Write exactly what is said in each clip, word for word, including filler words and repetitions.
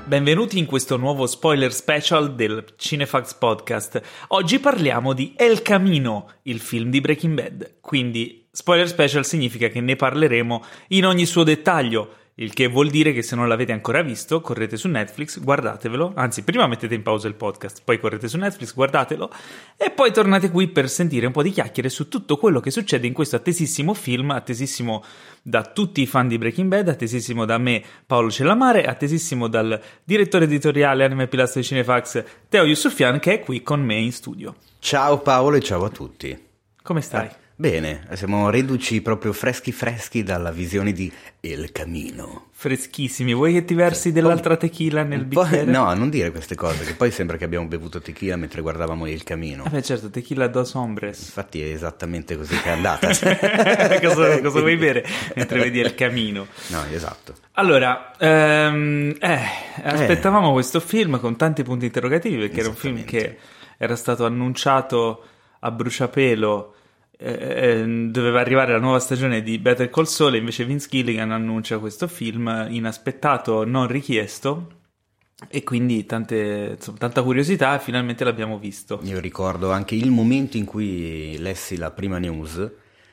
benvenuti in questo nuovo spoiler special del Cinefax Podcast. Oggi parliamo di El Camino, il film di Breaking Bad. Quindi spoiler special significa che ne parleremo in ogni suo dettaglio, il che vuol dire che se non l'avete ancora visto, correte su Netflix, guardatevelo, anzi prima mettete in pausa il podcast, poi correte su Netflix, guardatelo e poi tornate qui per sentire un po' di chiacchiere su tutto quello che succede in questo attesissimo film, attesissimo da tutti i fan di Breaking Bad, attesissimo da me, Paolo Cellamare, attesissimo dal direttore editoriale Anime Pilastro di Cinefax, Teo Yusufian, che è qui con me in studio. Ciao Paolo e ciao a tutti. Come stai? Eh, bene, siamo reduci proprio freschi freschi dalla visione di El Camino. Freschissimi, vuoi che ti versi dell'altra tequila nel bicchiere? No, non dire queste cose, che poi sembra che abbiamo bevuto tequila mentre guardavamo El Camino. Eh beh certo, tequila dos hombres. Infatti è esattamente così che è andata. cosa, cosa vuoi bere mentre vedi El Camino? No, esatto. Allora, ehm, eh, aspettavamo eh. questo film con tanti punti interrogativi, perché era un film che era stato annunciato a bruciapelo. Eh, doveva arrivare la nuova stagione di Better Call Saul e invece Vince Gilligan annuncia questo film inaspettato, non richiesto, e quindi tante, insomma, tanta curiosità e finalmente l'abbiamo visto. Io ricordo anche il momento in cui lessi la prima news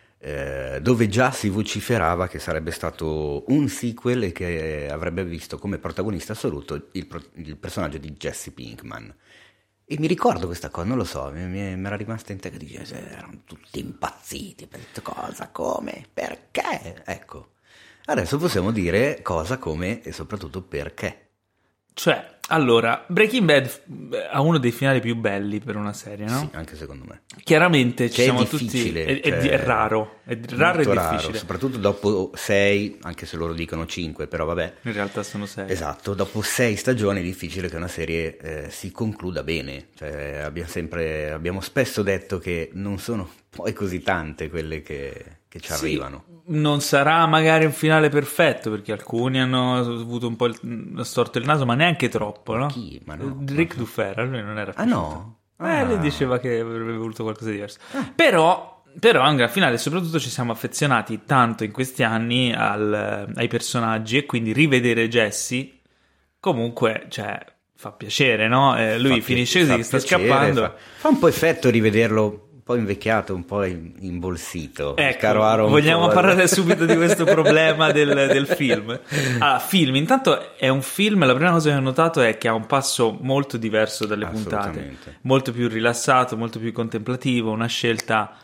eh, dove già si vociferava che sarebbe stato un sequel e che avrebbe visto come protagonista assoluto il, pro- il personaggio di Jesse Pinkman. E mi ricordo questa cosa, non lo so, mi, mi, mi era rimasta in testa che dice, erano tutti impazziti per questa cosa, come, perché? Ecco, adesso possiamo dire cosa, come e soprattutto perché. Cioè, allora, Breaking Bad ha uno dei finali più belli per una serie, no? Sì, anche secondo me. Chiaramente ci che siamo è difficile, tutti... È, cioè, è, è raro, è raro e raro, difficile. Soprattutto dopo sei, anche se loro dicono cinque, però vabbè. In realtà sono sei. Esatto, dopo sei stagioni è difficile che una serie eh, si concluda bene. Cioè, abbiamo sempre, abbiamo spesso detto che non sono poi così tante quelle che, che ci sì, arrivano. Non sarà magari un finale perfetto, perché alcuni hanno avuto un po' il, storto il naso, ma neanche troppo, no? Chi? Ma no, Rick ma... Dufer, lui non era Ah no? Ah. Eh, lui diceva che avrebbe voluto qualcosa di diverso. Ah. Però, però è un gran finale, soprattutto ci siamo affezionati tanto in questi anni al, ai personaggi, e quindi rivedere Jesse comunque, cioè, fa piacere, no? Eh, lui fa finisce pi- così, che sta piacere, scappando. Fa, fa un po' effetto rivederlo un po' invecchiato, un po' imbolsito. Ecco, caro Aaron vogliamo Paul. parlare subito di questo problema del, del film. Allora, film, intanto è un film, la prima cosa che ho notato è che ha un passo molto diverso dalle puntate, molto più rilassato, molto più contemplativo, una scelta,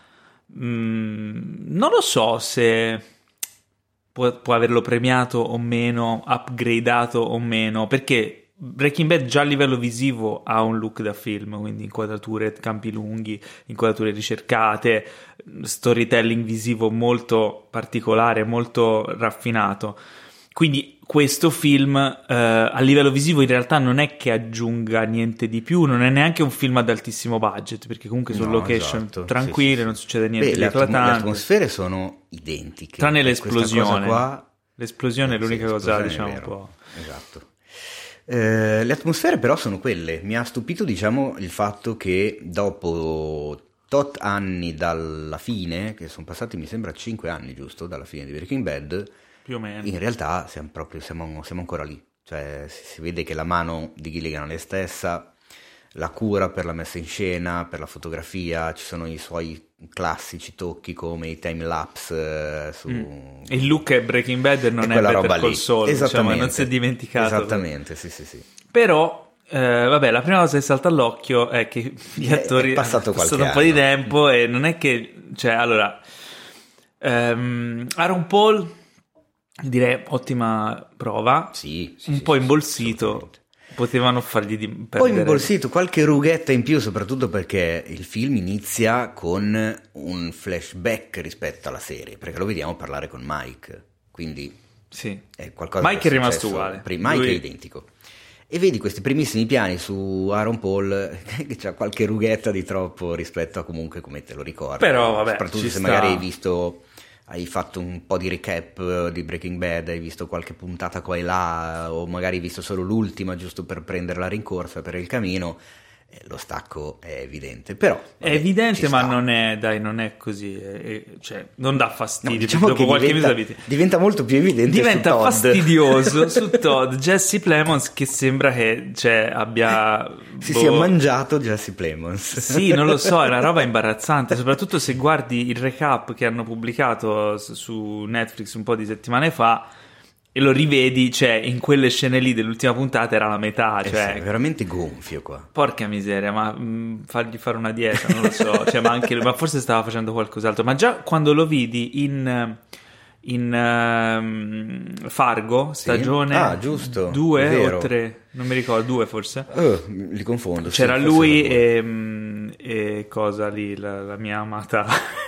mh, non lo so se può, può averlo premiato o meno, upgradato o meno, perché Breaking Bad già a livello visivo ha un look da film, quindi inquadrature, campi lunghi, inquadrature ricercate, storytelling visivo molto particolare, molto raffinato. Quindi questo film eh, a livello visivo in realtà non è che aggiunga niente di più, non è neanche un film ad altissimo budget, perché comunque sono no, location esatto. tranquille, sì, sì, sì. non succede niente Beh, di le, eclatante. Le atmosfere sono identiche. Tranne l'esplosione. Qua... L'esplosione eh, è l'unica sì, cosa, l'esplosione diciamo, è un po'... Esatto. Eh, le atmosfere però sono quelle. Mi ha stupito, diciamo, il fatto che dopo tot anni dalla fine, che sono passati mi sembra cinque anni giusto dalla fine di Breaking Bad, più o meno, in realtà siamo proprio siamo, siamo ancora lì. Cioè si, si vede che la mano di Gilligan è la stessa, la cura per la messa in scena, per la fotografia, ci sono i suoi classici tocchi come i time lapse eh, su mm. il look è Breaking Bad e non e è Better Call Saul, diciamo, non si è dimenticato. Esattamente, sì sì sì. Però eh, vabbè, la prima cosa che salta all'occhio è che gli attori è passato, è passato un po' di tempo e non è che, cioè, allora um, Aaron Paul direi ottima prova, sì, sì un sì, po' sì, imbolsito. Potevano fargli di perdere. Poi imbolsito, qualche rughetta in più, soprattutto perché il film inizia con un flashback rispetto alla serie, perché lo vediamo parlare con Mike, quindi sì. è qualcosa Mike che è rimasto uguale. Mike Lui... è identico. E vedi questi primissimi piani su Aaron Paul che c'ha qualche rughetta di troppo rispetto a comunque come te lo ricordi. Però vabbè, soprattutto se sta. magari hai visto... hai fatto un po' di recap di Breaking Bad, hai visto qualche puntata qua e là, o magari hai visto solo l'ultima giusto per prendere la rincorsa per il camino, eh, lo stacco è evidente, però vabbè, è evidente, ma non è, dai, non è così, è, è, cioè non dà fastidio, no, diciamo dopo che qualche diventa, minuto diventa molto più evidente, diventa su Todd. fastidioso su Todd. Jesse Plemons che sembra che, cioè, abbia si boh, sia mangiato Jesse Plemons. Sì, non lo so, è una roba imbarazzante, soprattutto se guardi il recap che hanno pubblicato su Netflix un po' di settimane fa e lo rivedi, cioè in quelle scene lì dell'ultima puntata era la metà, cioè eh sì, è veramente gonfio qua. Porca miseria, ma mh, fargli fare una dieta, non lo so, cioè, ma, anche, ma forse stava facendo qualcos'altro, ma già quando lo vidi in, in uh, Fargo, stagione sì? ah, giusto, due o tre, non mi ricordo, due forse, oh, li confondo, c'era sì, lui e, e cosa lì, la, la mia amata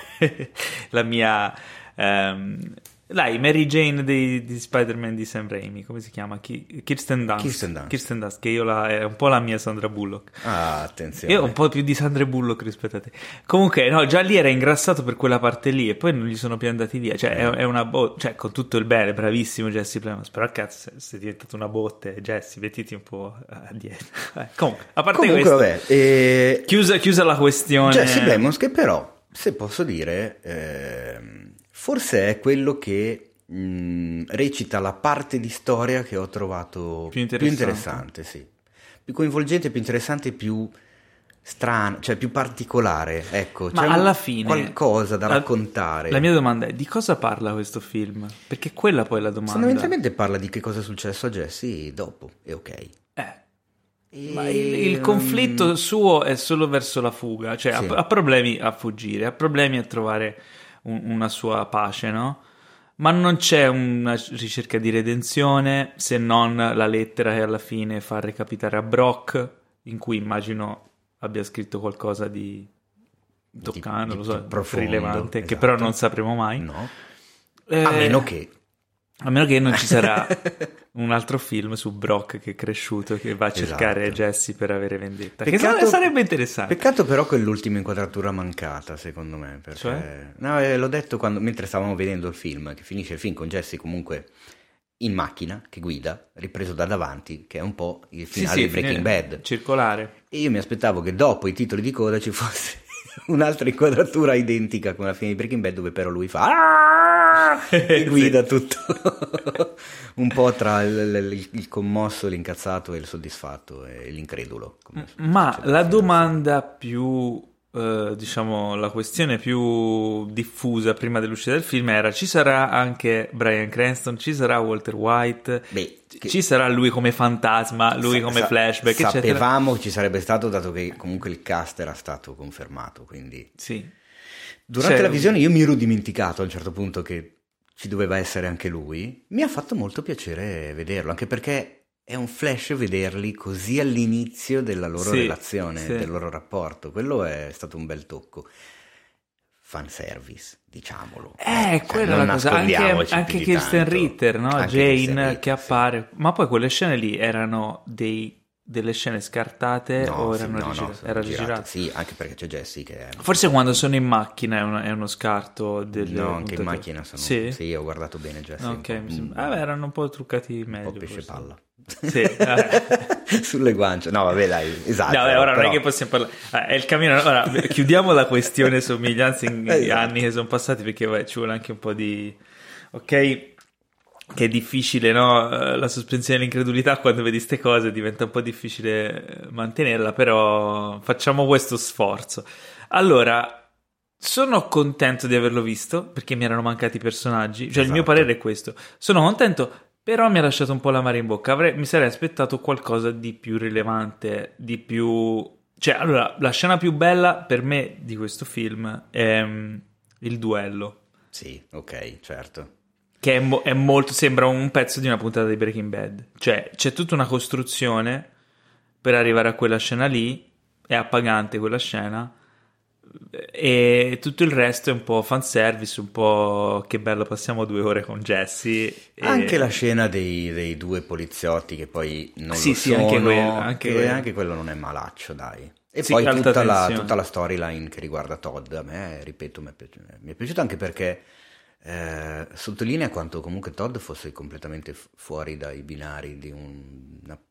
la mia um, dai, Mary Jane di, di Spider-Man di Sam Raimi, come si chiama? Kirsten Dunst. Kirsten Dunst. Kirsten Dunst, che io la, è un po' la mia Sandra Bullock. Ah, attenzione. Io ho un po' più di Sandra Bullock rispetto a te. Comunque, no, già lì era ingrassato per quella parte lì e poi non gli sono più andati via. Cioè, è, è una botte, cioè, con tutto il bene, bravissimo Jesse Plemons, però cazzo, sei diventato una botte, Jesse, mettiti un po' addietro. Eh, comunque, a parte comunque, questo, vabbè, e... chiusa, chiusa la questione. Jesse Plemons che però, se posso dire... Eh... forse è quello che mh, recita la parte di storia che ho trovato più interessante, più interessante, sì. Più coinvolgente, più interessante, più strano, cioè più particolare, ecco. Ma c'è alla un, fine qualcosa da la, raccontare. La mia domanda è: di cosa parla questo film? Perché quella poi è la domanda. Fondamentalmente parla di che cosa è successo a Jesse dopo, e ok. Eh. Ma il, il conflitto suo è solo verso la fuga, cioè sì. ha, ha problemi a fuggire, ha problemi a trovare un, una sua pace, no? Ma non c'è una ricerca di redenzione, se non la lettera che alla fine fa recapitare a Brock, in cui immagino abbia scritto qualcosa di toccante, non lo so, profondo, rilevante, esatto. Che però non sapremo mai. No. Eh, a meno che A meno che non ci sarà un altro film su Brock che è cresciuto, che va a cercare esatto. Jesse per avere vendetta. Peccato, che sarebbe interessante. Peccato però quell'ultima inquadratura mancata, secondo me. Perché... Cioè? No, eh, l'ho detto quando, mentre stavamo vedendo il film, che finisce il film con Jesse comunque in macchina, che guida, ripreso da davanti, che è un po' il finale sì, di Breaking sì, Bad. Circolare. E io mi aspettavo che dopo i titoli di coda ci fosse un'altra inquadratura identica con la fine di Breaking Bad, dove però lui fa e guida tutto un po' tra il, il, il commosso, l'incazzato e il soddisfatto e l'incredulo. Ma la domanda più Uh, diciamo la questione più diffusa prima dell'uscita del film era: ci sarà anche Bryan Cranston, ci sarà Walter White, Beh, che... ci sarà lui come fantasma, lui sa- come sa- flashback, sapevamo eccetera. Che ci sarebbe stato, dato che comunque il cast era stato confermato, quindi sì. Durante C'è... la visione io mi ero dimenticato a un certo punto che ci doveva essere anche lui. Mi ha fatto molto piacere vederlo, anche perché è un flash vederli così all'inizio della loro sì, relazione, sì. del loro rapporto. Quello è stato un bel tocco. Fanservice, diciamolo. Eh, cioè, quella è la cosa. Anche, anche Kirsten Ritter, no? Anche Jane Ritter, che appare. Sì. Ma poi quelle scene lì erano dei... delle scene scartate no, o sì, erano no, rigirate? no, Era girate. girato? Sì, anche perché c'è Jesse che è... Forse quando sono in macchina è, uno, è uno scarto delle no, anche puntate. in macchina sono... Sì? Sì, ho guardato bene Jesse. Ok, mi sembra... Vabbè, erano un po' truccati meglio. Un po' pesce forse. palla. Sì, sulle guance. No, vabbè, dai, esatto. No, vabbè, ora però... non è che possiamo parlare. Ah, è il cammino. Ora chiudiamo la questione somiglianze in esatto. anni che sono passati, perché vabbè, ci vuole anche un po' di... Ok, che è difficile, no? La sospensione dell'incredulità quando vedi ste cose diventa un po' difficile mantenerla, però facciamo questo sforzo. Allora, sono contento di averlo visto perché mi erano mancati i personaggi, cioè esatto. Il mio parere è questo. Sono contento, però mi ha lasciato un po' l'amaro in bocca. Avrei, mi sarei aspettato qualcosa di più rilevante, di più... Cioè, allora, la scena più bella per me di questo film è um, il duello. Sì, ok, certo. Che è, mo- è molto... sembra un pezzo di una puntata di Breaking Bad. Cioè, c'è tutta una costruzione per arrivare a quella scena lì, è appagante quella scena, e tutto il resto è un po' fanservice, un po' che bello, passiamo due ore con Jesse. E... Anche la scena dei, dei due poliziotti che poi non sì, lo sì, sono, anche quello, anche che quello. anche quello non è malaccio, dai. E sì, poi tutta la, tensione. tutta la storyline che riguarda Todd, a me, ripeto, mi è piaciuto, mi è piaciuto anche perché eh, sottolinea quanto comunque Todd fosse completamente f- fuori dai binari di un, una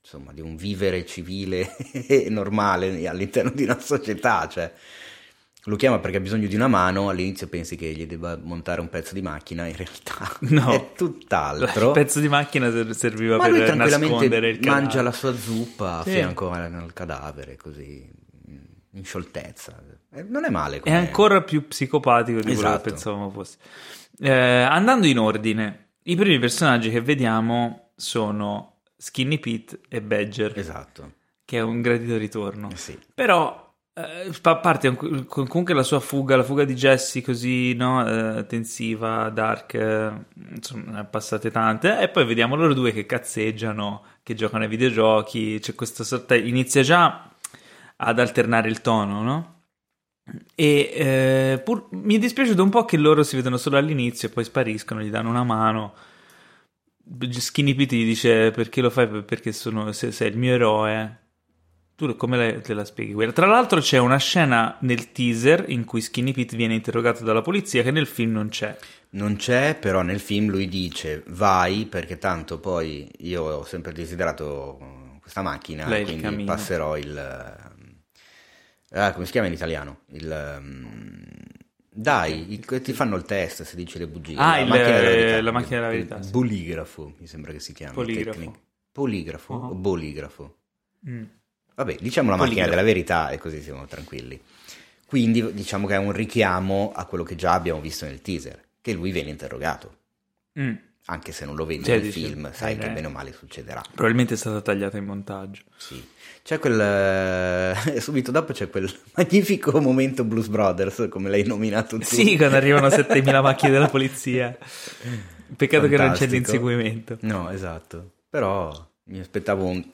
insomma, di un vivere civile e normale all'interno di una società, cioè lo chiama perché ha bisogno di una mano, all'inizio pensi che gli debba montare un pezzo di macchina, in realtà no, è tutt'altro. Il pezzo di macchina serviva Ma per lui nascondere il cadavere. Mangia la sua zuppa sì. a fianco al cadavere, così, in scioltezza. Non è male. È ancora più psicopatico di esatto. quello che pensavamo fosse. Eh, andando in ordine, i primi personaggi che vediamo sono Skinny Pete e Badger. Esatto. Che è un gradito ritorno. Eh sì. Però... Uh, a parte comunque la sua fuga, la fuga di Jesse così, no? Uh, tensiva, dark, uh, insomma, ne ha passate tante. E poi vediamo loro due che cazzeggiano, che giocano ai videogiochi. C'è questa sorta, inizia già ad alternare il tono, no? E eh, pur, mi è dispiaciuto un po' che loro si vedono solo all'inizio e poi spariscono, gli danno una mano. Skinny Pete gli dice: perché lo fai? Perché sono, se, sei il mio eroe. Tu come le, te la spieghi quella? Tra l'altro c'è una scena nel teaser in cui Skinny Pete viene interrogato dalla polizia che nel film non c'è. Non c'è, però nel film lui dice vai perché tanto poi io ho sempre desiderato questa macchina, Lei quindi il passerò il... Ah, come si chiama in italiano? Il... Um... Dai, il, ti fanno il test se dici le bugie. Ah, la, il, macchina della verità, la macchina della verità. Il sì. Poligrafo, mi sembra che si chiami. Poligrafo. Tecnic. Poligrafo uh-huh. o boligrafo? Mm. Vabbè, diciamo la macchina della verità e così siamo tranquilli. Quindi diciamo che è un richiamo a quello che già abbiamo visto nel teaser, che lui viene interrogato. Mm. Anche se non lo vedi cioè, nel dice, film, sai che bene o male succederà. Probabilmente è stata tagliata in montaggio. Sì. C'è quel... subito dopo c'è quel magnifico momento Blues Brothers, come l'hai nominato tu. Sì, quando arrivano settemila macchine della polizia. Peccato Fantastico. Che non c'è l'inseguimento. No, esatto. Però... mi aspettavo un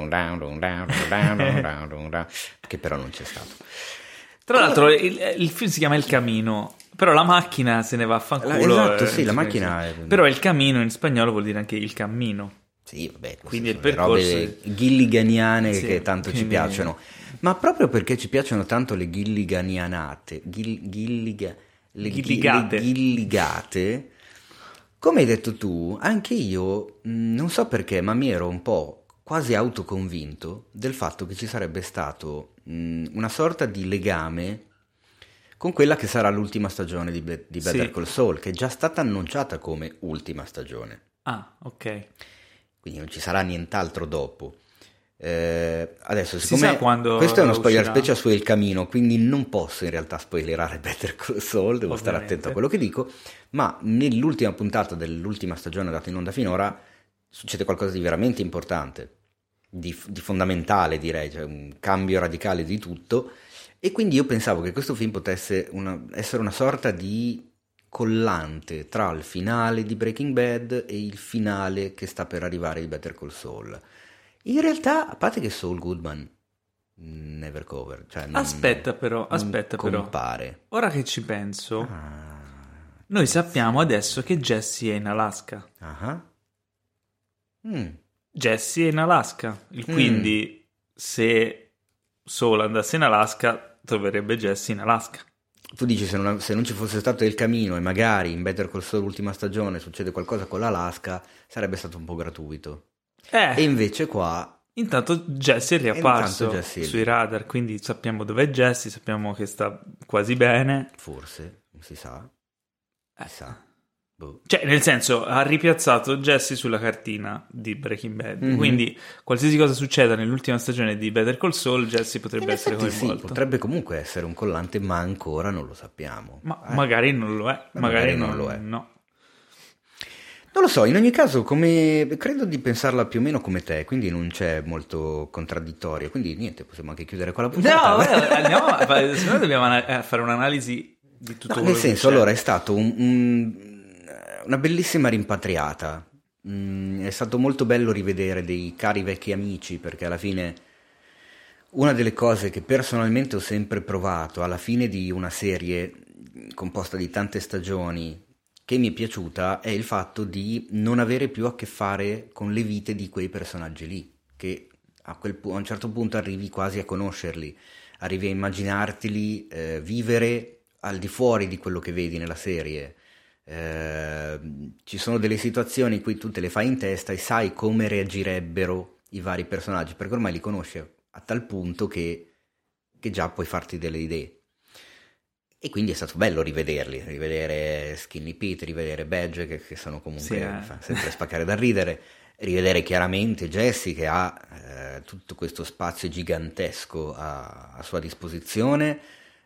che però non c'è stato. Tra l'altro il, il film si chiama Il Camino, però la macchina se ne va a fanculo. Esatto, sì, la macchina è... Però il camino in spagnolo vuol dire anche il cammino. Sì, vabbè, quindi il percorso robe gilliganiane sì, che tanto quindi... ci piacciono. Ma proprio perché ci piacciono tanto le gilliganianate, gil, gilliga, le gilligate. gilligate, come hai detto tu, anche io, mh, non so perché, ma mi ero un po' quasi autoconvinto del fatto che ci sarebbe stato mh, una sorta di legame con quella che sarà l'ultima stagione di, Be- di Better sì. Call Saul, che è già stata annunciata come ultima stagione. Ah, ok. Quindi non ci sarà nient'altro dopo. Eh, adesso, siccome questo è uno spoiler special su Il Camino, quindi non posso in realtà spoilerare Better Call Saul, devo Ovviamente. stare attento a quello che dico, ma nell'ultima puntata dell'ultima stagione data in onda finora succede qualcosa di veramente importante, di, di fondamentale direi, cioè un cambio radicale di tutto, e quindi io pensavo che questo film potesse una, essere una sorta di collante tra il finale di Breaking Bad e il finale che sta per arrivare di Better Call Saul. In realtà, a parte che Saul Goodman never cover, cioè non, aspetta però, aspetta però. Compare. Ora che ci penso, ah, noi sappiamo adesso che Jesse è in Alaska. Uh-huh. Mm. Jesse è in Alaska, e quindi mm. se Saul andasse in Alaska troverebbe Jesse in Alaska. Tu dici se non, se non ci fosse stato Il Camino e magari in Better Call Saul ultima stagione succede qualcosa con l'Alaska, sarebbe stato un po' gratuito. Eh. E invece qua intanto Jesse è riapparso Jesse sui radar, quindi sappiamo dov'è Jesse, sappiamo che sta quasi bene. Forse, non si sa. Eh. Si sa. Boh. Cioè, nel senso, ha ripiazzato Jesse sulla cartina di Breaking Bad, mm-hmm. quindi qualsiasi cosa succeda nell'ultima stagione di Better Call Saul, Jesse potrebbe in essere coinvolto. Sì, potrebbe comunque essere un collante, ma ancora non lo sappiamo. Ma eh. magari non lo è, ma magari, magari non, non lo è. No. Non lo so, in ogni caso come credo di pensarla più o meno come te, quindi non c'è molto contraddittorio, quindi niente, possiamo anche chiudere qua la puntata. No, vabbè, andiamo a fare, secondo me dobbiamo a fare un'analisi di tutto no, quello nel senso, allora è stato un, un, una bellissima rimpatriata, mm, è stato molto bello rivedere dei cari vecchi amici, perché alla fine una delle cose che personalmente ho sempre provato alla fine di una serie composta di tante stagioni che mi è piaciuta è il fatto di non avere più a che fare con le vite di quei personaggi lì, che a, quel, a un certo punto arrivi quasi a conoscerli, arrivi a immaginarteli eh, vivere al di fuori di quello che vedi nella serie. Eh, ci sono delle situazioni in cui tu te le fai in testa e sai come reagirebbero i vari personaggi, perché ormai li conosci a tal punto che, che già puoi farti delle idee. E quindi è stato bello rivederli, rivedere Skinny Pete, rivedere Badge, che, che sono comunque sì, eh. fa sempre spaccare da ridere, rivedere chiaramente Jesse che ha eh, tutto questo spazio gigantesco a, a sua disposizione.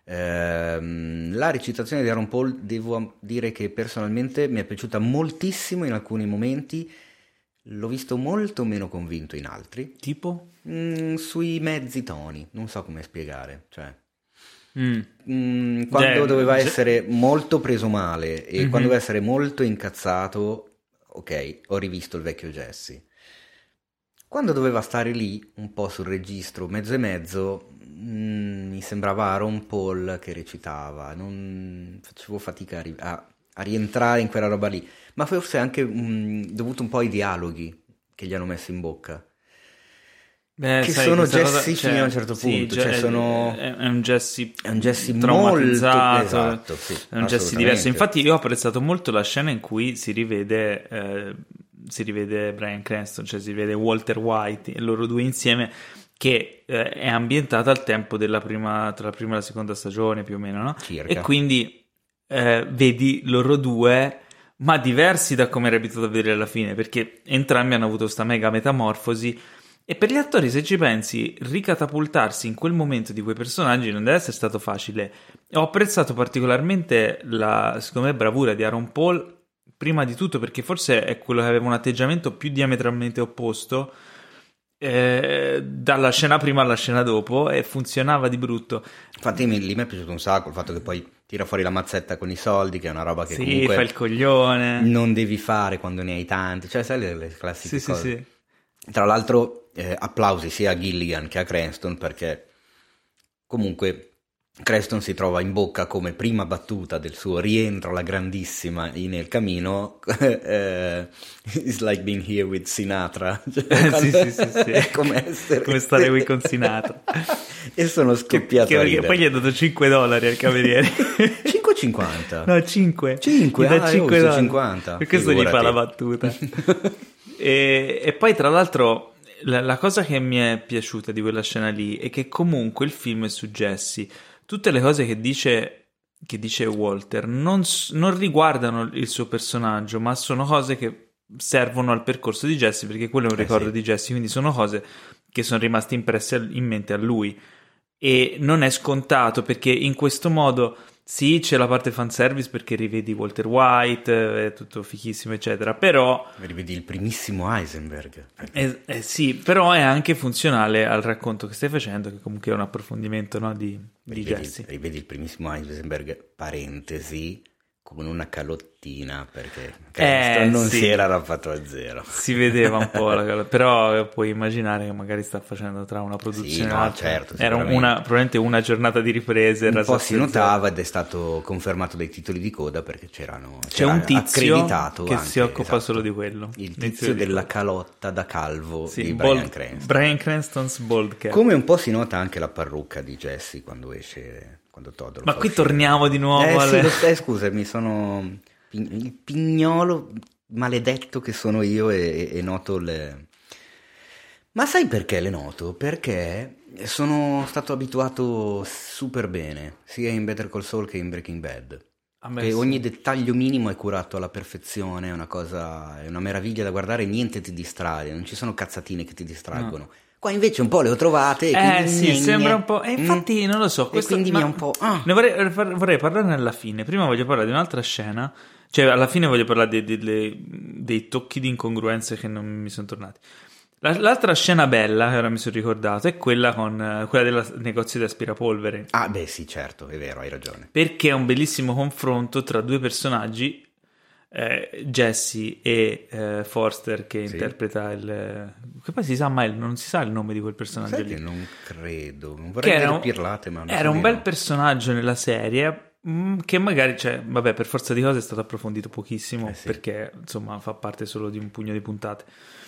Eh, la recitazione di Aaron Paul, devo dire che personalmente mi è piaciuta moltissimo in alcuni momenti, l'ho visto molto meno convinto in altri. Tipo? Mm, sui mezzi toni, non so come spiegare, cioè... Mm. Mm, quando Gen- doveva gen- essere molto preso male e mm-hmm. quando doveva essere molto incazzato, ok, ho rivisto il vecchio Jesse. Quando doveva stare lì un po' sul registro mezzo e mezzo, mm, mi sembrava Aaron Paul che recitava, non facevo fatica a, ri- a, a rientrare in quella roba lì, ma forse anche mm, dovuto un po' ai dialoghi che gli hanno messo in bocca. Beh, che sai, sono questa Jesse cosa, fino cioè, a un certo sì, punto, cioè, cioè sono... è, è un Jesse è un Jesse traumatizzato, molto esatto, sì, è un Jesse diverso. Infatti io ho apprezzato molto la scena in cui si rivede eh, si rivede Bryan Cranston, cioè si rivede Walter White e loro due insieme, che eh, è ambientata al tempo della prima, tra la prima e la seconda stagione più o meno, no? Circa. E quindi eh, vedi loro due ma diversi da come eri abituato a vedere alla fine, perché entrambi hanno avuto questa mega metamorfosi. E per gli attori, se ci pensi, ricatapultarsi in quel momento di quei personaggi non deve essere stato facile. Ho apprezzato particolarmente la, secondo me, bravura di Aaron Paul, prima di tutto perché forse è quello che aveva un atteggiamento più diametralmente opposto eh, dalla scena prima alla scena dopo, e funzionava di brutto. Infatti lì mi è piaciuto un sacco il fatto che poi tira fuori la mazzetta con i soldi, che è una roba che sì, comunque fa il coglione, non devi fare quando ne hai tanti, cioè sai le, le classiche sì, cose. Sì, sì. Tra l'altro eh, applausi sia a Gilligan che a Cranston, perché comunque Cranston si trova in bocca come prima battuta del suo rientro alla grandissima in El Camino eh, it's like being here with Sinatra, cioè, sì, sì, sì, sì. come, essere... come stare qui con Sinatra. E sono scoppiato che, a che, ridere. Poi gli ha dato cinque dollari al cameriere. cinque e cinquanta No, cinque. cinque, Gli dà ah, cinque io uso dollari. cinquanta. Per questo Figurati. gli fa la battuta. e, e poi tra l'altro la, la cosa che mi è piaciuta di quella scena lì è che comunque il film è su Jesse. Tutte le cose che dice, che dice Walter non, non riguardano il suo personaggio, ma sono cose che servono al percorso di Jesse, perché quello è un eh ricordo sì. di Jesse, quindi sono cose che sono rimaste impresse in mente a lui. E non è scontato, perché in questo modo sì, c'è la parte fanservice perché rivedi Walter White, è tutto fichissimo eccetera, però rivedi il primissimo Heisenberg. eh, eh, sì, però è anche funzionale al racconto che stai facendo, che comunque è un approfondimento, no, di, di rivedi, Jesse. Rivedi il primissimo Heisenberg, parentesi, con una calottina, perché Cranston eh, non sì. si era rappato a zero. Si vedeva un po' la calottina, però puoi immaginare che magari sta facendo tra una produzione Sì, e no, l'altra. certo, Era una, probabilmente una giornata di riprese. Un po' si notava ed è stato confermato dai titoli di coda, perché c'erano c'è c'era un tizio accreditato che anche, si occupa esatto, solo di quello, il tizio della calotta da calvo sì, di Bold, Bryan Cranston. Bryan Cranston's Bald Cap. Come un po' si nota anche la parrucca di Jesse quando esce, quando Todd lo Ma fa qui uscire. torniamo di nuovo eh, alle... sì, eh, scusa, mi sono il pignolo maledetto che sono io e, e noto le... Ma sai perché le noto? Perché sono stato abituato super bene, sia in Better Call Saul che in Breaking Bad. Ah, beh, Che sì. ogni dettaglio minimo è curato alla perfezione, è una cosa, è una meraviglia da guardare, niente ti distrae, non ci sono cazzatine che ti distraggono. No. Qua invece un po' le ho trovate e Eh quindi sì, gne, sembra gne. un po'... E infatti Mm. non lo so, E questo... quindi ma... mi è un po'... ah. Ne vorrei, vorrei parlarne alla fine. Prima voglio parlare di un'altra scena. Cioè, alla fine voglio parlare dei, dei, dei, dei tocchi di incongruenze che non mi sono tornati. La, l'altra scena bella, che ora mi sono ricordato, è quella con quella del negozio di aspirapolvere. Ah, beh sì, certo, è vero, hai ragione. Perché è un bellissimo confronto tra due personaggi, eh, Jesse e eh, Forster, che sì. interpreta il... Che poi si sa mai, non si sa il nome di quel personaggio. Sai lì. Che non credo, non vorrei dire pirlate, ma non era so un bel no. personaggio nella serie... che magari, cioè, vabbè, per forza di cose è stato approfondito pochissimo, eh sì. perché insomma fa parte solo di un pugno di puntate.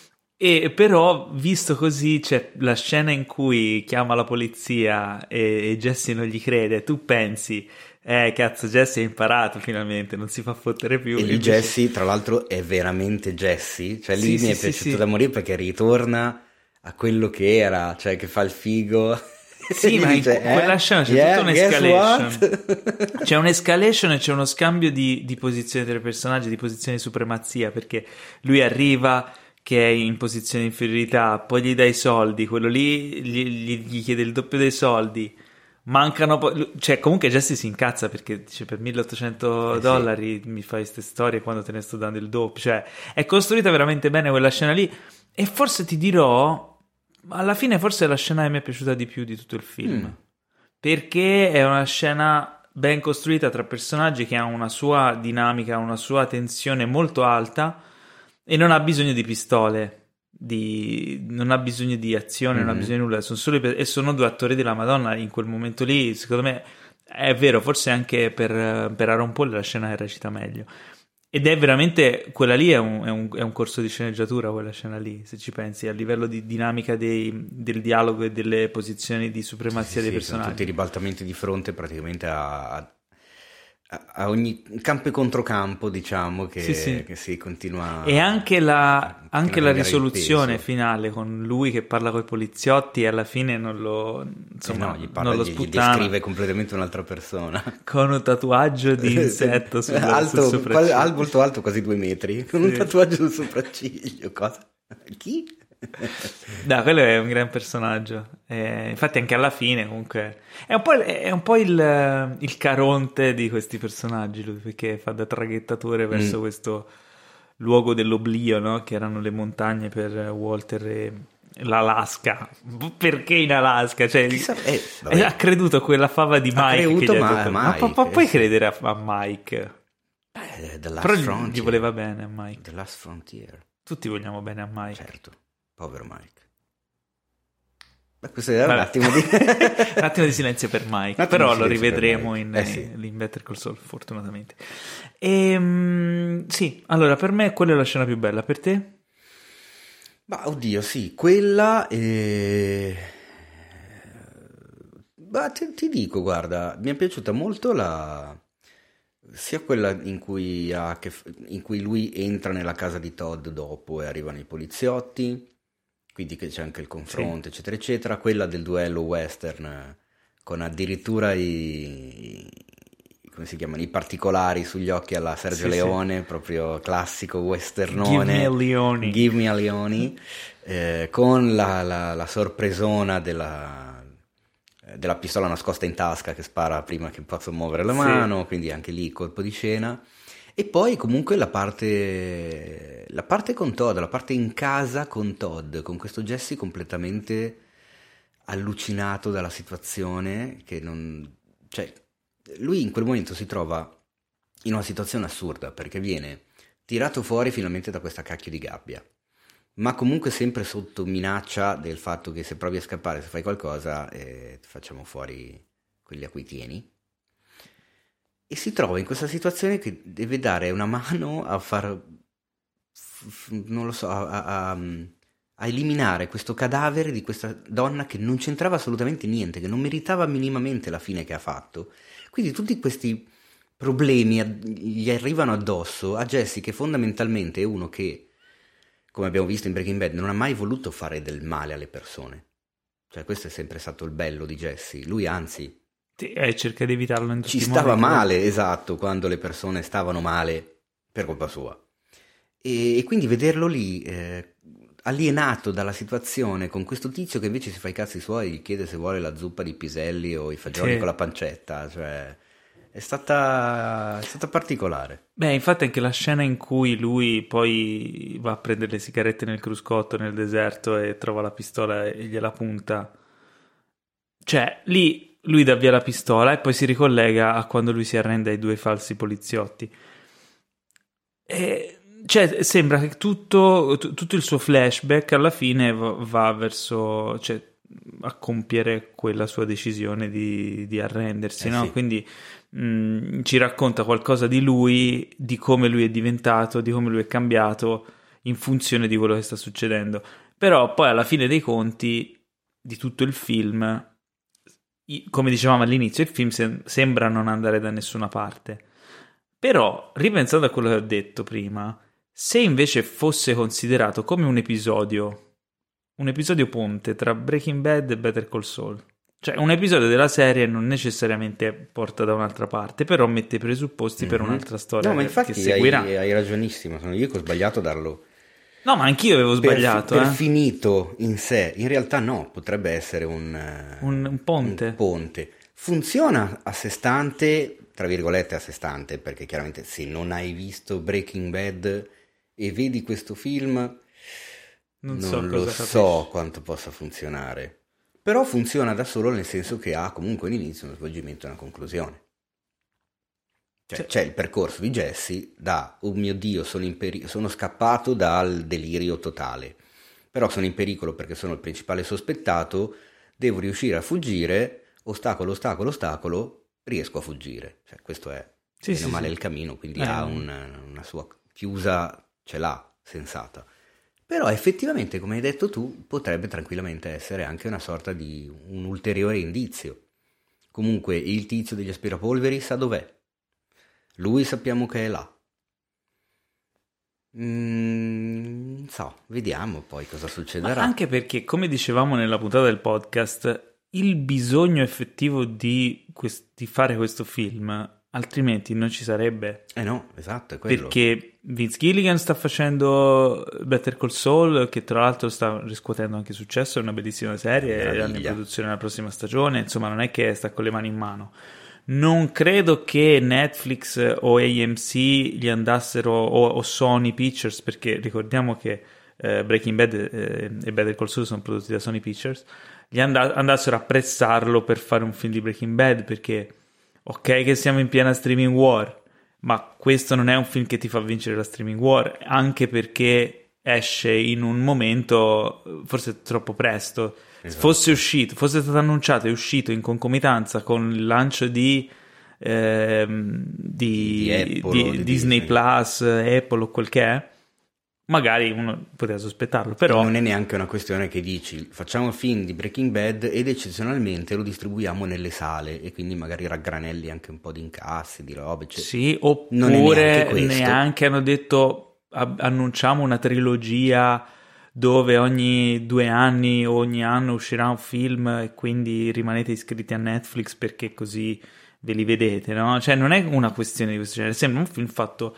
E però, visto così, c'è la scena in cui chiama la polizia e, e Jesse non gli crede, tu pensi, eh cazzo, Jesse ha imparato finalmente, non si fa fottere più. E lì invece... Jesse, tra l'altro, è veramente Jesse, cioè lì sì, mi è sì, piaciuto sì, da morire perché ritorna a quello che era, cioè che fa il figo. Sì, ma dice, in quella eh? scena c'è Yeah, tutta un'escalation. C'è un'escalation e c'è uno scambio di, di posizioni tra i personaggi, di posizione di supremazia, perché lui arriva che è in posizione di inferiorità, poi gli dai i soldi, quello lì gli, gli, gli chiede il doppio dei soldi, mancano poi, cioè comunque Jesse si incazza perché dice per milleottocento Eh, dollari mi fai queste storie quando te ne sto dando il doppio, cioè è costruita veramente bene quella scena lì e forse ti dirò, alla fine forse la scena che mi è piaciuta di più di tutto il film, mm. perché è una scena ben costruita tra personaggi che ha una sua dinamica, una sua tensione molto alta e non ha bisogno di pistole, di... non ha bisogno di azione, mm-hmm. non ha bisogno di nulla, sono solo i... e sono due attori della Madonna in quel momento lì, secondo me è vero, forse anche per, per Aaron Paul la scena che recita meglio. Ed è veramente, quella lì è un, è, un, è un corso di sceneggiatura, quella scena lì, se ci pensi, a livello di dinamica dei, del dialogo e delle posizioni di supremazia sì, dei sì, personaggi. Sono tutti i ribaltamenti di fronte praticamente a, a, a ogni campo e controcampo, diciamo, che, sì, sì. che si continua. E anche la, anche la risoluzione finale, con lui che parla con i poliziotti e alla fine non lo, insomma, eh no, gli parla, non lo gli, sputtana. Gli descrive completamente un'altra persona. Con un tatuaggio di insetto sul, alto, sul sopracciglio. Quasi, molto alto, quasi due metri, con sì. un tatuaggio sul sopracciglio. Cosa? Chi? No, quello è un gran personaggio. Eh, infatti anche alla fine comunque è un po', è un po' il, il Caronte di questi personaggi, lui, perché fa da traghettatore verso mm. questo luogo dell'oblio, no? Che erano le montagne per Walter e l'Alaska. Perché in Alaska? Cioè, Chissà, eh, ha creduto a quella fava di ha Mike creduto, che gli ma, detto, Mike, ma, ma puoi sì. credere a, a Mike? Eh, the Last Però Frontier. gli voleva bene a Mike. The Last Frontier. Tutti vogliamo bene a Mike. Certo, povero Mike. Beh, questo era un attimo di un attimo di silenzio per Mike, però lo rivedremo in, eh sì. in Better Call Saul, fortunatamente. E, um, sì, allora per me quella è la scena più bella, per te? Ma oddio, sì, quella e... Bah, ti, ti dico, guarda, mi è piaciuta molto la... sia quella in cui, ha che... in cui lui entra nella casa di Todd dopo e arrivano i poliziotti, quindi che c'è anche il confronto, sì. eccetera, eccetera, quella del duello western con addirittura i... come si chiamano, i particolari sugli occhi alla Sergio sì, Leone, sì. proprio classico westernone. Give me a Leone. Give me a Leone, eh, con la, la, la sorpresona della, della pistola nascosta in tasca che spara prima che possa muovere la mano, sì. quindi anche lì colpo di scena. E poi comunque la parte, la parte con Todd, la parte in casa con Todd, con questo Jesse completamente allucinato dalla situazione, che non... cioè, lui in quel momento si trova in una situazione assurda, perché viene tirato fuori finalmente da questa cacchio di gabbia, ma comunque sempre sotto minaccia del fatto che se provi a scappare, se fai qualcosa, eh, ti facciamo fuori quelli a cui tieni. E si trova in questa situazione che deve dare una mano a far, non lo so, a, a, a eliminare questo cadavere di questa donna che non c'entrava assolutamente niente, che non meritava minimamente la fine che ha fatto. Quindi tutti questi problemi gli arrivano addosso a Jesse, che fondamentalmente è uno che, come abbiamo visto in Breaking Bad, non ha mai voluto fare del male alle persone. Cioè questo è sempre stato il bello di Jesse. Lui anzi... Eh, cerca di evitarlo in tutti ci stava male, esatto, quando le persone stavano male per colpa sua. E, e quindi vederlo lì... Eh, alienato dalla situazione, con questo tizio che invece si fa i cazzi suoi, gli chiede se vuole la zuppa di piselli o i fagioli sì. con la pancetta, cioè è stata, è stata particolare. Beh, infatti anche la scena in cui lui poi va a prendere le sigarette nel cruscotto nel deserto e trova la pistola e gliela punta, cioè lì lui dà via la pistola e poi si ricollega a quando lui si arrende ai due falsi poliziotti e cioè sembra che tutto, t- tutto il suo flashback alla fine va, va verso, cioè, a compiere quella sua decisione di, di arrendersi, eh no? Sì. Quindi mh, ci racconta qualcosa di lui, di come lui è diventato, di come lui è cambiato in funzione di quello che sta succedendo. Però poi alla fine dei conti di tutto il film, come dicevamo all'inizio, il film se- sembra non andare da nessuna parte. Però, ripensando a quello che ho detto prima, se invece fosse considerato come un episodio un episodio ponte tra Breaking Bad e Better Call Saul. Cioè, un episodio della serie non necessariamente porta da un'altra parte, però mette i presupposti mm-hmm. per un'altra storia. No, ma che, infatti che seguirà. Hai, hai ragionissimo, sono io che ho sbagliato a darlo. No, ma anch'io avevo sbagliato. Per, eh. per finito in sé, in realtà no, potrebbe essere un, un, un ponte. Un ponte. Funziona a sé stante, tra virgolette a sé stante, perché chiaramente se non hai visto Breaking Bad e vedi questo film, non, non so lo so quanto possa funzionare. Però funziona da solo nel senso che ha comunque un inizio, uno svolgimento e una conclusione. Cioè, c'è. c'è il percorso di Jesse da oh mio Dio, sono, in peri- sono scappato dal delirio totale, però sono in pericolo perché sono il principale sospettato, devo riuscire a fuggire, ostacolo, ostacolo, ostacolo, riesco a fuggire. Cioè, questo è sì, meno sì, male sì. il cammino, quindi eh. ha un, una sua chiusa, ce l'ha, sensata. Però effettivamente, come hai detto tu, potrebbe tranquillamente essere anche una sorta di un ulteriore indizio. Comunque il tizio degli aspirapolveri sa dov'è. Lui sappiamo che è là. Mm, so, vediamo poi cosa succederà. Ma anche perché, come dicevamo nella puntata del podcast, il bisogno effettivo di, quest- di fare questo film altrimenti non ci sarebbe. Eh no, esatto, è quello. Perché Vince Gilligan sta facendo Better Call Saul, che tra l'altro sta riscuotendo anche successo, è una bellissima serie, è in produzione la prossima stagione, insomma non è che sta con le mani in mano. Non credo che Netflix o A M C gli andassero, o, o Sony Pictures, perché ricordiamo che eh, Breaking Bad eh, e Better Call Saul sono prodotti da Sony Pictures, gli and- andassero a apprezzarlo per fare un film di Breaking Bad, perché ok che siamo in piena streaming war, ma questo non è un film che ti fa vincere la streaming war, anche perché esce in un momento forse troppo presto. Esatto. Fosse uscito, fosse stato annunciato e uscito in concomitanza con il lancio di, ehm, di, di, Apple, di, di Disney, Disney Plus, Apple o quel che è, magari uno poteva sospettarlo, però non è neanche una questione che dici facciamo il film di Breaking Bad ed eccezionalmente lo distribuiamo nelle sale e quindi magari raggranelli anche un po' di incassi, di robe, cioè, sì, oppure neanche, neanche hanno detto ab- annunciamo una trilogia dove ogni due anni o ogni anno uscirà un film e quindi rimanete iscritti a Netflix perché così ve li vedete, no? Cioè non è una questione di questo genere, sembra un film fatto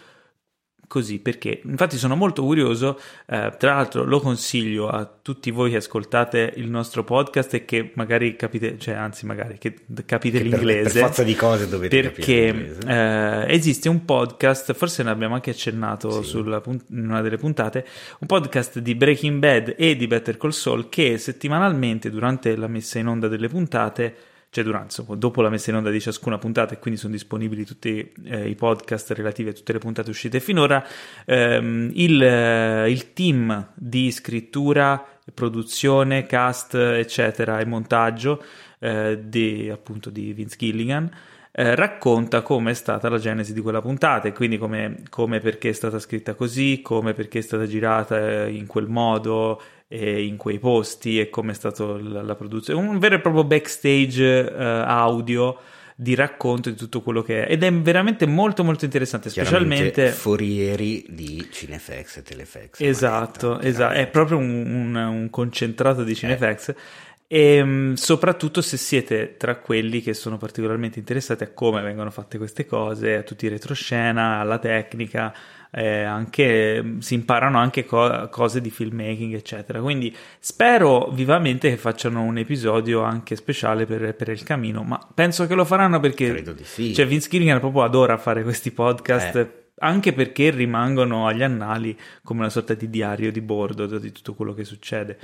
così, perché infatti sono molto curioso, eh, tra l'altro lo consiglio a tutti voi che ascoltate il nostro podcast e che magari capite, cioè anzi magari che capite che l'inglese, per, per forza di cose dovete perché capire l'inglese. Eh, esiste un podcast, forse ne abbiamo anche accennato sì. sulla punt- in una delle puntate, un podcast di Breaking Bad e di Better Call Saul che settimanalmente durante la messa in onda delle puntate, cioè durante, insomma, dopo la messa in onda di ciascuna puntata, e quindi sono disponibili tutti eh, i podcast relativi a tutte le puntate uscite finora, ehm, il, eh, il team di scrittura, produzione, cast eccetera e montaggio eh, di, appunto di Vince Gilligan eh, racconta come è stata la genesi di quella puntata, e quindi come, come perché è stata scritta così, come perché è stata girata in quel modo e in quei posti, e come è stata la, la produzione, un vero e proprio backstage uh, audio di racconto di tutto quello che è, ed è veramente molto molto interessante, specialmente forieri di Cinefx e Telefax. Esatto, esatto, è proprio un, un, un concentrato di Cinefx. Eh. E um, soprattutto se siete tra quelli che sono particolarmente interessati a come vengono fatte queste cose, a tutti i retroscena, alla tecnica, eh, anche si imparano anche co- cose di filmmaking eccetera, quindi spero vivamente che facciano un episodio anche speciale per, per El Camino, ma penso che lo faranno perché credo di sì. Cioè Vince Gilligan proprio adora fare questi podcast, eh. anche perché rimangono agli annali come una sorta di diario di bordo di tutto quello che succede.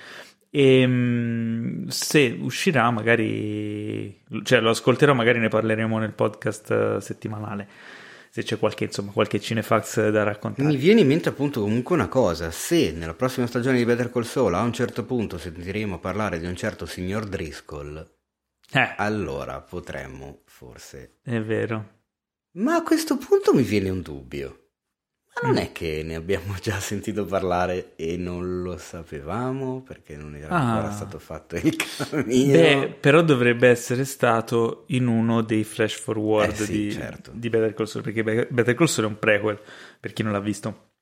E se uscirà magari, cioè lo ascolterò, magari ne parleremo nel podcast settimanale, se c'è qualche, insomma, qualche cinefax da raccontare. Mi viene in mente appunto comunque una cosa: se nella prossima stagione di Better Call Saul a un certo punto sentiremo parlare di un certo signor Driscoll, eh. allora potremmo forse... È vero. Ma a questo punto mi viene un dubbio. Ma non è che ne abbiamo già sentito parlare e non lo sapevamo perché non era ah. ancora stato fatto il cammino? Beh, però dovrebbe essere stato in uno dei flash forward eh sì, di, certo. di Better Call Saul, perché Better Call Saul è un prequel, per chi non l'ha visto.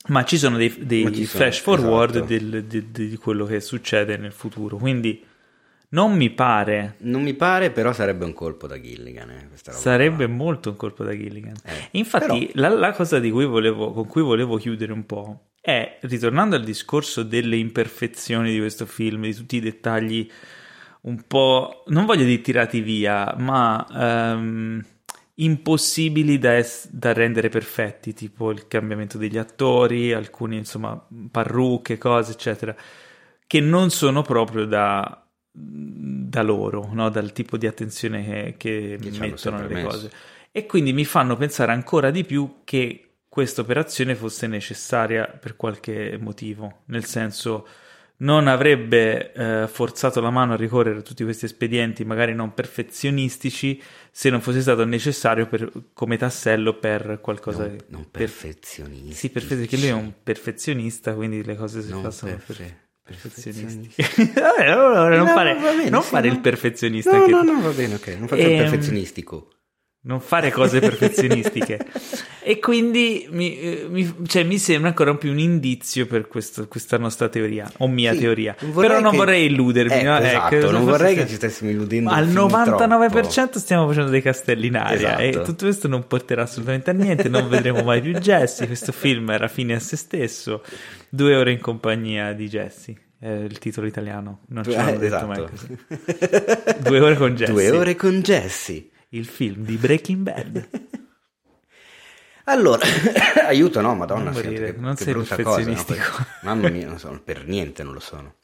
ma ci sono dei, dei ci sono, flash forward esatto. del, di, di quello che succede nel futuro, quindi non mi pare non mi pare, però sarebbe un colpo da Gilligan, eh, questa roba sarebbe qua. molto un colpo da Gilligan. Eh, Infatti però... la, la cosa di cui volevo, con cui volevo chiudere un po' è, ritornando al discorso delle imperfezioni di questo film, di tutti i dettagli un po', non voglio dire tirati via, ma um, impossibili da, es- da rendere perfetti, tipo il cambiamento degli attori, alcuni insomma parrucche, cose eccetera, che non sono proprio da, da loro, no? Dal tipo di attenzione che, che Diciamo mettono nelle messo. cose, e quindi mi fanno pensare ancora di più che questa operazione fosse necessaria per qualche motivo, nel senso non avrebbe eh, forzato la mano a ricorrere a tutti questi espedienti magari non perfezionistici se non fosse stato necessario per, come tassello per qualcosa non, non per, perfezionistici. sì, perfetto, perché lui è un perfezionista, quindi le cose si non passano perfe- per perfezionisti. Vabbè, allora non no, fare, bene, non sì, fare no. il perfezionista no anche no tu. no va bene, ok, non faccio Ehm, il perfezionistico. Non fare cose perfezionistiche. E quindi mi, mi, cioè, mi sembra ancora più un indizio per questo, questa nostra teoria, o mia Sì, teoria. non vorrei Però non che- vorrei illudermi. Ecco, no? esatto, Ecco, non forse vorrei stiamo- che ci stessimo illudendo Al fin novantanove per troppo. cento stiamo facendo dei castelli in aria, Esatto. e tutto questo non porterà assolutamente a niente. Non vedremo mai più Jesse. Questo film era fine a se stesso. Due ore in compagnia di Jesse. È il titolo italiano, non ci Eh, hanno detto esatto. mai così. Due ore con Jesse. Due ore con Jesse. Il film di Breaking Bad. Allora, aiuto, no, madonna, Non senti, morire, che, non che sei brutta cosa, no? perfezionistico. Per- mamma mia, non sono, per niente non lo sono.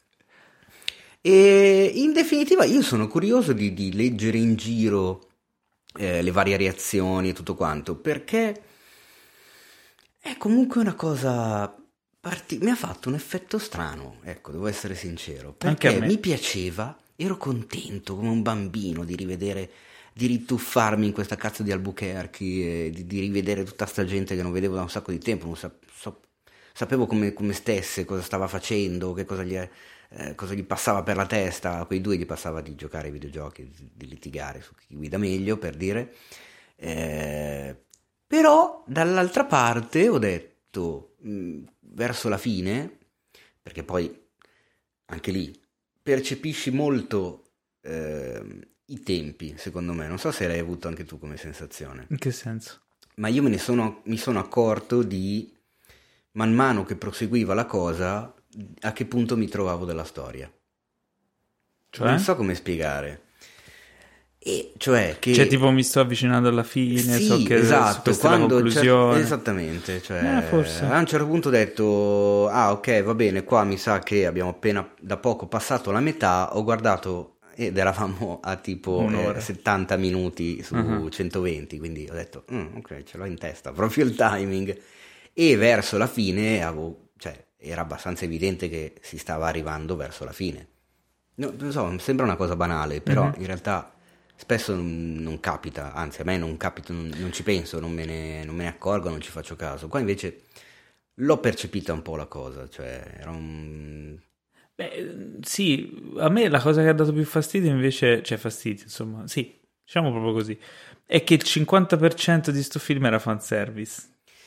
E in definitiva io sono curioso di, di leggere in giro eh, le varie reazioni e tutto quanto, perché è comunque una cosa... Parti- mi ha fatto un effetto strano, ecco, devo essere sincero, Anche a perché me. mi piaceva, ero contento come un bambino di rivedere, di rituffarmi in questa cazzo di Albuquerque, e di, di rivedere tutta sta gente che non vedevo da un sacco di tempo, non sa- so- sapevo come, come stesse, cosa stava facendo, che cosa gli, eh, cosa gli passava per la testa. A quei due gli passava di giocare ai videogiochi, di, di litigare su chi guida meglio, per dire. Eh, però dall'altra parte ho detto, mh, verso la fine, perché poi anche lì percepisci molto eh, i tempi, secondo me, non so se l'hai avuto anche tu come sensazione, In che senso? ma io me ne sono, mi sono accorto di, man mano che proseguiva la cosa, a che punto mi trovavo della storia. Cioè? Non so come spiegare. E cioè che Cioè, tipo, mi sto avvicinando alla fine, sì, so che esatto, questa è la quando conclusione. cer- esattamente, cioè, Eh, forse. a un certo punto ho detto, ah ok, va bene, qua mi sa che abbiamo appena da poco passato la metà, ho guardato ed eravamo a tipo Un'ora. eh, settanta minuti su Uh-huh. centoventi, quindi ho detto, "Mm, ok, ce l'ho in testa, proprio il timing", e verso la fine avevo, cioè, era abbastanza evidente che si stava arrivando verso la fine. No, non so, sembra una cosa banale, però Mhm. in realtà spesso non, non capita, anzi a me non capita, non, non ci penso, non me, ne, non me ne accorgo, non ci faccio caso. Qua invece l'ho percepita un po' la cosa, cioè era un... Beh, sì, a me la cosa che ha dato più fastidio invece, cioè fastidio, insomma, sì, diciamo proprio così, è che il cinquanta per cento di sto film era fanservice.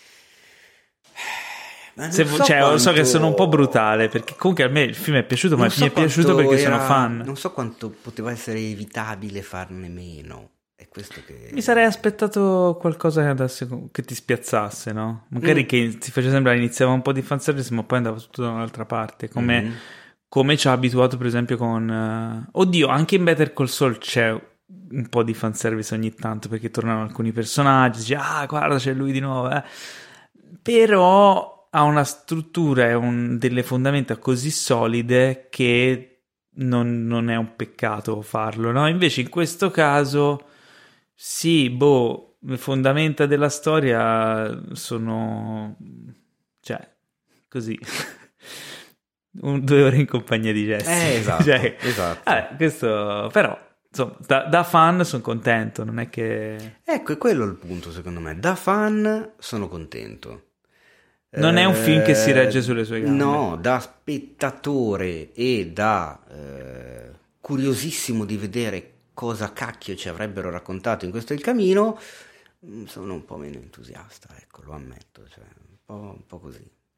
Ma non Se, so cioè, lo so che quanto- sono un po' brutale, perché comunque a me il film è piaciuto, ma non so mi è piaciuto quanto perché era- sono fan. Non so quanto poteva essere evitabile farne meno, è questo che... Mi sarei aspettato qualcosa che, andasse, che ti spiazzasse, no? Magari Mm. che ti faceva sembrare iniziava un po' di fanservice, ma poi andava tutto da un'altra parte, come, Mhm. come ci ha abituato per esempio con... eh, Oddio, anche in Better Call Saul c'è un po' di fanservice ogni tanto, perché tornano alcuni personaggi, dici, ah, guarda, c'è lui di nuovo, eh. Però ha una struttura e un- delle fondamenta così solide che non, non è un peccato farlo, no? Invece in questo caso, sì, boh, le fondamenta della storia sono, cioè, così, un, due ore in compagnia di Jesse. Eh, esatto, Cioè, esatto. vabbè, questo, però, insomma, da, da fan sono contento, non è che... Ecco, è quello il punto secondo me. Da fan sono contento. Non è un film che si regge Eh, sulle sue gambe. No, da spettatore e da eh, curiosissimo di vedere cosa cacchio ci avrebbero raccontato in Questo è il Camino, mm, sono un po' meno entusiasta, ecco, lo ammetto, cioè, un po', un po' così.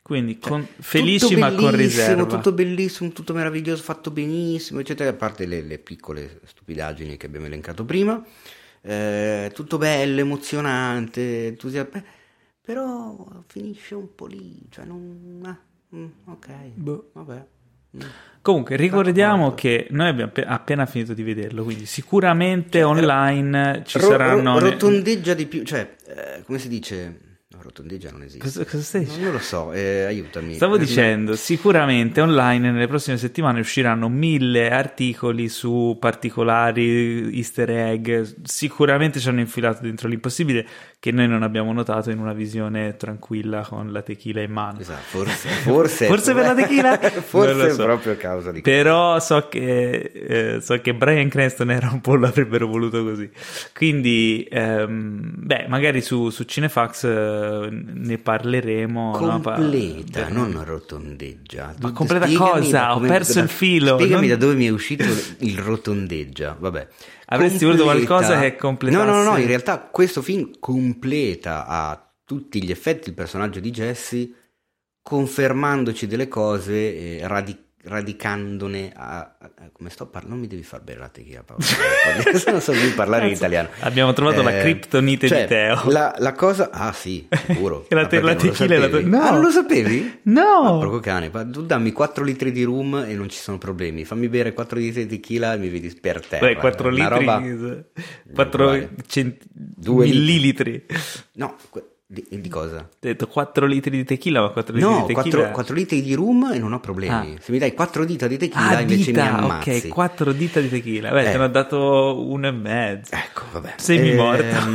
Quindi con, felici ma con riserva. Tutto bellissimo, tutto meraviglioso, fatto benissimo, eccetera, a parte le, le piccole stupidaggini che abbiamo elencato prima, eh, tutto bello, emozionante, entusiasmante, però finisce un po' lì, cioè non... Ah, mm, ok, boh. Vabbè. Mm. Comunque ricordiamo che noi abbiamo appena finito di vederlo, quindi sicuramente cioè, online ci ro- saranno... Ro- rotondeggia di più, cioè, eh, come si dice... Rotondeggia non esiste. Cosa, cosa stai dicendo? Non lo so, eh, aiutami. Stavo dicendo, sicuramente online nelle prossime settimane usciranno mille articoli su particolari easter egg, sicuramente ci hanno infilato dentro l'impossibile che noi non abbiamo notato in una visione tranquilla con la tequila in mano. Esatto, forse forse, forse per la tequila? Forse so. Proprio a causa di Però so che eh, so che Bryan Cranston era un po' l'avrebbero voluto così. Quindi ehm, beh, magari su, su Cinefax eh, ne parleremo. Completa, no? non rotondeggia. Ma completa cosa? Ho perso da, il filo. Spiegami non... da dove mi è uscito il rotondeggia. Vabbè. Avresti voluto qualcosa che completasse? No, no, no, in realtà questo film completa a tutti gli effetti il personaggio di Jesse, confermandoci delle cose, eh, radic- radicandone a, a, a... come sto parlando? Non mi devi far bere la tequila, Paolo. Non so più parlare in italiano. Abbiamo trovato eh, la criptonite cioè, di Teo. La, la cosa... Ah sì, sicuro. la, te- la tequila la to- no. Ah, non lo sapevi? No! Ah, proprio cane. Tu dammi quattro litri di rum e non ci sono problemi. Fammi bere quattro litri di tequila e mi vedi per terra. Beh, quattro litri... Roba... quattro cent... millilitri. No, Di, di cosa? Ho detto quattro litri di tequila, ma quattro litri no, di tequila... No, quattro litri di rum e non ho problemi. Ah. Se mi dai quattro dita di tequila ah, invece dita, mi ammazzi. Ok, quattro dita di tequila. Beh, eh. te ne ho dato uno e mezzo. Ecco, vabbè. Sei ehm,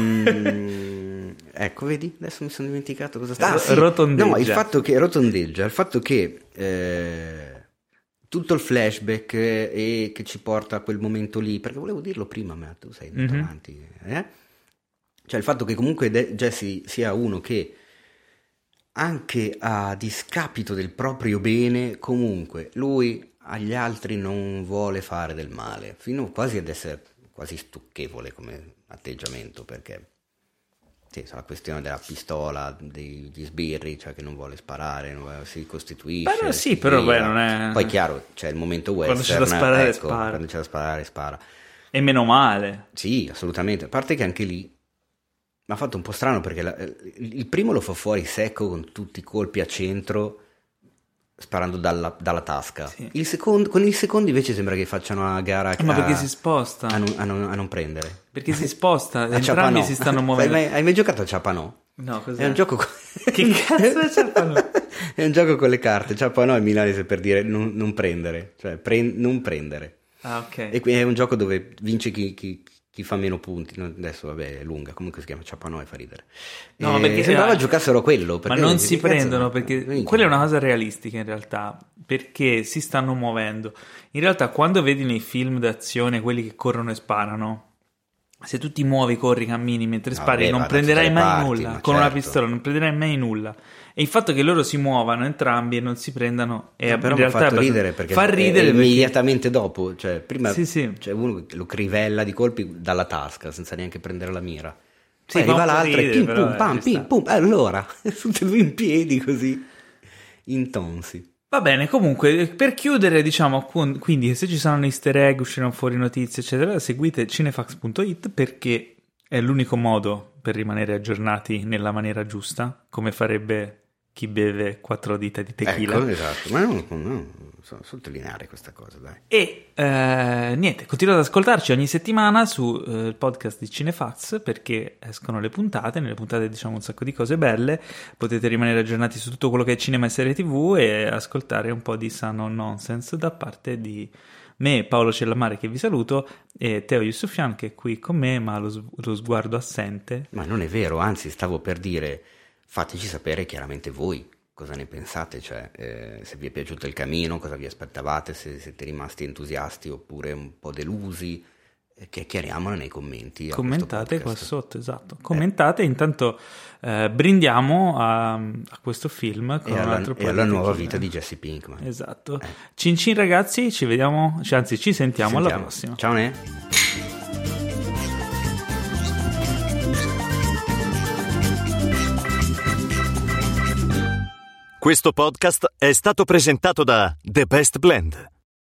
morto. Ecco, vedi? Adesso mi sono dimenticato cosa sta. Ah, sì. Rotondeggia. No, il fatto che rotondeggia, il fatto che eh, tutto il flashback eh, e che ci porta a quel momento lì, perché volevo dirlo prima, ma tu sei andato mm-hmm. avanti, eh? Cioè il fatto che comunque De- Jesse sia uno che anche a discapito del proprio bene, comunque lui agli altri non vuole fare del male, fino quasi ad essere quasi stucchevole come atteggiamento, perché sì, la questione della pistola, degli sbirri, cioè che non vuole sparare, non vuole, si costituisce. Però sì, però beh, non è... Poi chiaro, c'è il momento western, quando c'è da sparare, ecco, spara. Quando c'è da sparare, spara. E meno male. Sì, assolutamente, a parte che anche lì mi ha fatto un po' strano perché la, il primo lo fa fuori secco con tutti i colpi a centro sparando dalla, dalla tasca. Sì. Il secondo, con il secondo invece sembra che facciano una gara eh, ma perché si sposta a non, a non, a non prendere. Perché si sposta, entrambi si stanno muovendo. Hai mai, hai mai giocato a Ciapanò? No, cos'è? È un gioco con... Che cazzo è Ciapanò? È un gioco con le carte. Ciapanò è milanese per dire non, non prendere, cioè pre, non prendere. Ah, ok. E qui è un gioco dove vince chi, chi chi fa meno punti. Adesso vabbè è lunga, comunque si chiama Ciapanò e fa ridere. No, eh, perché sembrava eh, giocassero a quello, ma non si prendono no? perché Minchia. Quella è una cosa realistica in realtà, perché si stanno muovendo. In realtà quando vedi nei film d'azione quelli che corrono e sparano, se tu ti muovi, corri, cammini mentre no, spari, beh, non prenderai mai parti, nulla con certo. una pistola, non prenderai mai nulla. E il fatto che loro si muovano entrambi e non si prendano è no, però in realtà fa abbastanza... ridere perché fa ridere è perché... immediatamente dopo, cioè prima sì, sì. c'è uno che lo crivella di colpi dalla tasca senza neanche prendere la mira. Sì, poi arriva l'altra ridere, e pim però, pum pam eh, pim pum, allora tutti e due in piedi così intonsi. Va bene, comunque, per chiudere, diciamo, quindi se ci saranno easter egg, usciranno fuori notizie, eccetera, seguite cinefax punto it perché è l'unico modo per rimanere aggiornati nella maniera giusta, come farebbe chi beve quattro dita di tequila. Ecco, esatto, ma non, non so, sottolineare questa cosa, dai. E eh, niente, continuate ad ascoltarci ogni settimana sul eh, podcast di Cinefax perché escono le puntate, nelle puntate diciamo un sacco di cose belle, potete rimanere aggiornati su tutto quello che è cinema e serie tv e ascoltare un po' di sano nonsense da parte di me, Paolo Cellamare, che vi saluto, e Teo Yusufian, che è qui con me, ma lo, lo sguardo assente. Ma non è vero, anzi stavo per dire, fateci sapere chiaramente voi cosa ne pensate, cioè eh, se vi è piaciuto il cammino, cosa vi aspettavate, se siete rimasti entusiasti oppure un po' delusi, che chiariamolo nei commenti. Commentate qua sotto, esatto. Commentate, eh. intanto eh, brindiamo a, a questo film con e un alla, altro po' e alla di nuova tequila. vita di Jesse Pinkman. Esatto. Eh. Cin cin ragazzi, ci vediamo, cioè, anzi ci sentiamo, ci sentiamo alla prossima. Ciao ne. Questo podcast è stato presentato da The Best Blend.